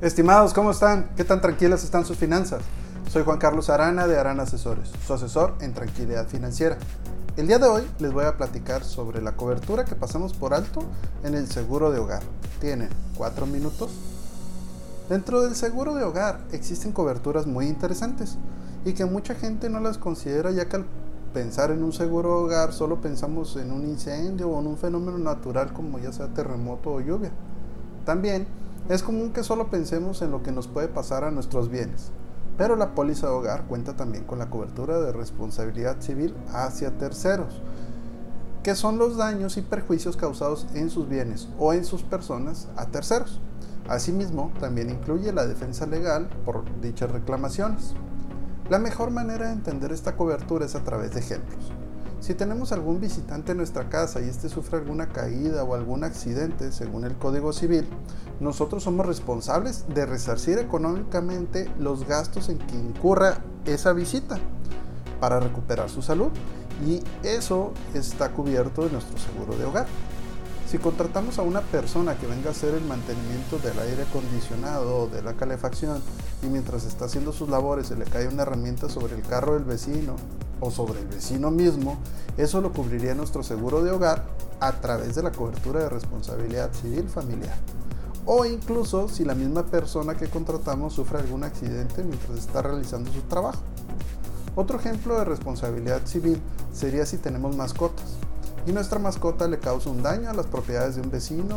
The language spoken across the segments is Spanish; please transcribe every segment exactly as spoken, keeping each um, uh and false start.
Estimados, ¿cómo están? ¿Qué tan tranquilas están sus finanzas? Soy Juan Carlos Arana de Arana Asesores, su asesor en tranquilidad financiera. El día de hoy les voy a platicar sobre la cobertura que pasamos por alto en el seguro de hogar. ¿Tienen cuatro minutos? Dentro del seguro de hogar existen coberturas muy interesantes y que mucha gente no las considera, ya que al pensar en un seguro de hogar solo pensamos en un incendio o en un fenómeno natural como ya sea terremoto o lluvia. También es común que solo pensemos en lo que nos puede pasar a nuestros bienes, pero la póliza de hogar cuenta también con la cobertura de responsabilidad civil hacia terceros, que son los daños y perjuicios causados en sus bienes o en sus personas a terceros. Asimismo, también incluye la defensa legal por dichas reclamaciones. La mejor manera de entender esta cobertura es a través de ejemplos. Si tenemos algún visitante en nuestra casa y este sufre alguna caída o algún accidente, según el Código Civil, nosotros somos responsables de resarcir económicamente los gastos en que incurra esa visita para recuperar su salud, y eso está cubierto en nuestro seguro de hogar. Si contratamos a una persona que venga a hacer el mantenimiento del aire acondicionado o de la calefacción y mientras está haciendo sus labores se le cae una herramienta sobre el carro del vecino o sobre el vecino mismo, eso lo cubriría nuestro seguro de hogar a través de la cobertura de responsabilidad civil familiar. O incluso si la misma persona que contratamos sufre algún accidente mientras está realizando su trabajo. Otro ejemplo de responsabilidad civil sería si tenemos mascotas y nuestra mascota le causa un daño a las propiedades de un vecino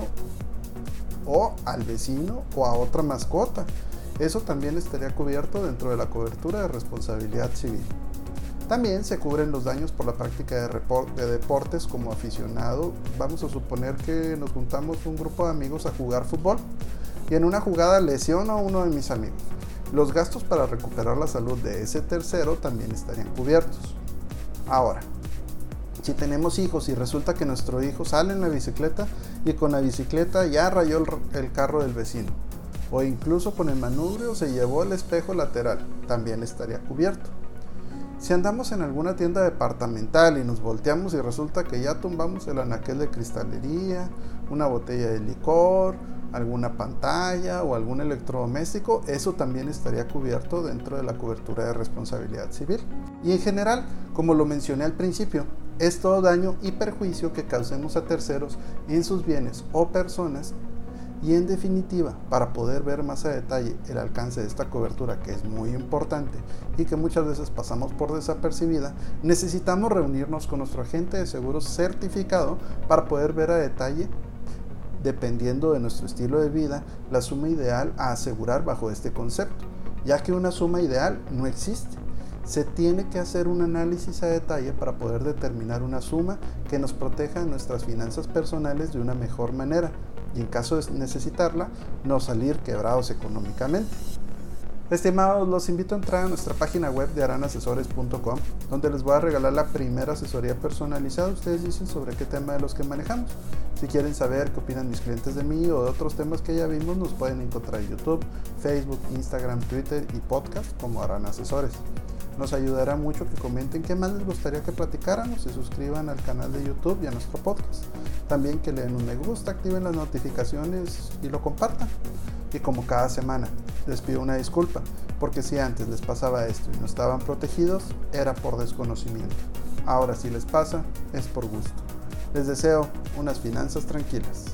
o al vecino o a otra mascota. Eso también estaría cubierto dentro de la cobertura de responsabilidad civil. También se cubren los daños por la práctica de, report, de deportes como aficionado. Vamos a suponer que nos juntamos un grupo de amigos a jugar fútbol y en una jugada lesiono a uno de mis amigos. Los gastos para recuperar la salud de ese tercero también estarían cubiertos. Ahora, si tenemos hijos y resulta que nuestro hijo sale en la bicicleta y con la bicicleta ya rayó el, el carro del vecino, o incluso con el manubrio se llevó el espejo lateral, también estaría cubierto. Si andamos en alguna tienda departamental y nos volteamos y resulta que ya tumbamos el anaquel de cristalería, una botella de licor, alguna pantalla o algún electrodoméstico, eso también estaría cubierto dentro de la cobertura de responsabilidad civil. Y en general, como lo mencioné al principio, es todo daño y perjuicio que causemos a terceros en sus bienes o personas. Y en definitiva, para poder ver más a detalle el alcance de esta cobertura, que es muy importante y que muchas veces pasamos por desapercibida, necesitamos reunirnos con nuestro agente de seguros certificado para poder ver a detalle, dependiendo de nuestro estilo de vida, la suma ideal a asegurar bajo este concepto, ya que una suma ideal no existe. Se tiene que hacer un análisis a detalle para poder determinar una suma que nos proteja en nuestras finanzas personales de una mejor manera y en caso de necesitarla, no salir quebrados económicamente. Estimados, los invito a entrar a nuestra página web de arana asesores punto com, donde les voy a regalar la primera asesoría personalizada. Ustedes dicen sobre qué tema de los que manejamos. Si quieren saber qué opinan mis clientes de mí o de otros temas que ya vimos, nos pueden encontrar en YouTube, Facebook, Instagram, Twitter y podcast como Arana Asesores. Nos ayudará mucho que comenten qué más les gustaría que platicáramos, se suscriban al canal de YouTube y a nuestro podcast. También que le den un me gusta, activen las notificaciones y lo compartan. Y como cada semana, les pido una disculpa, porque si antes les pasaba esto y no estaban protegidos, era por desconocimiento. Ahora si les pasa, es por gusto. Les deseo unas finanzas tranquilas.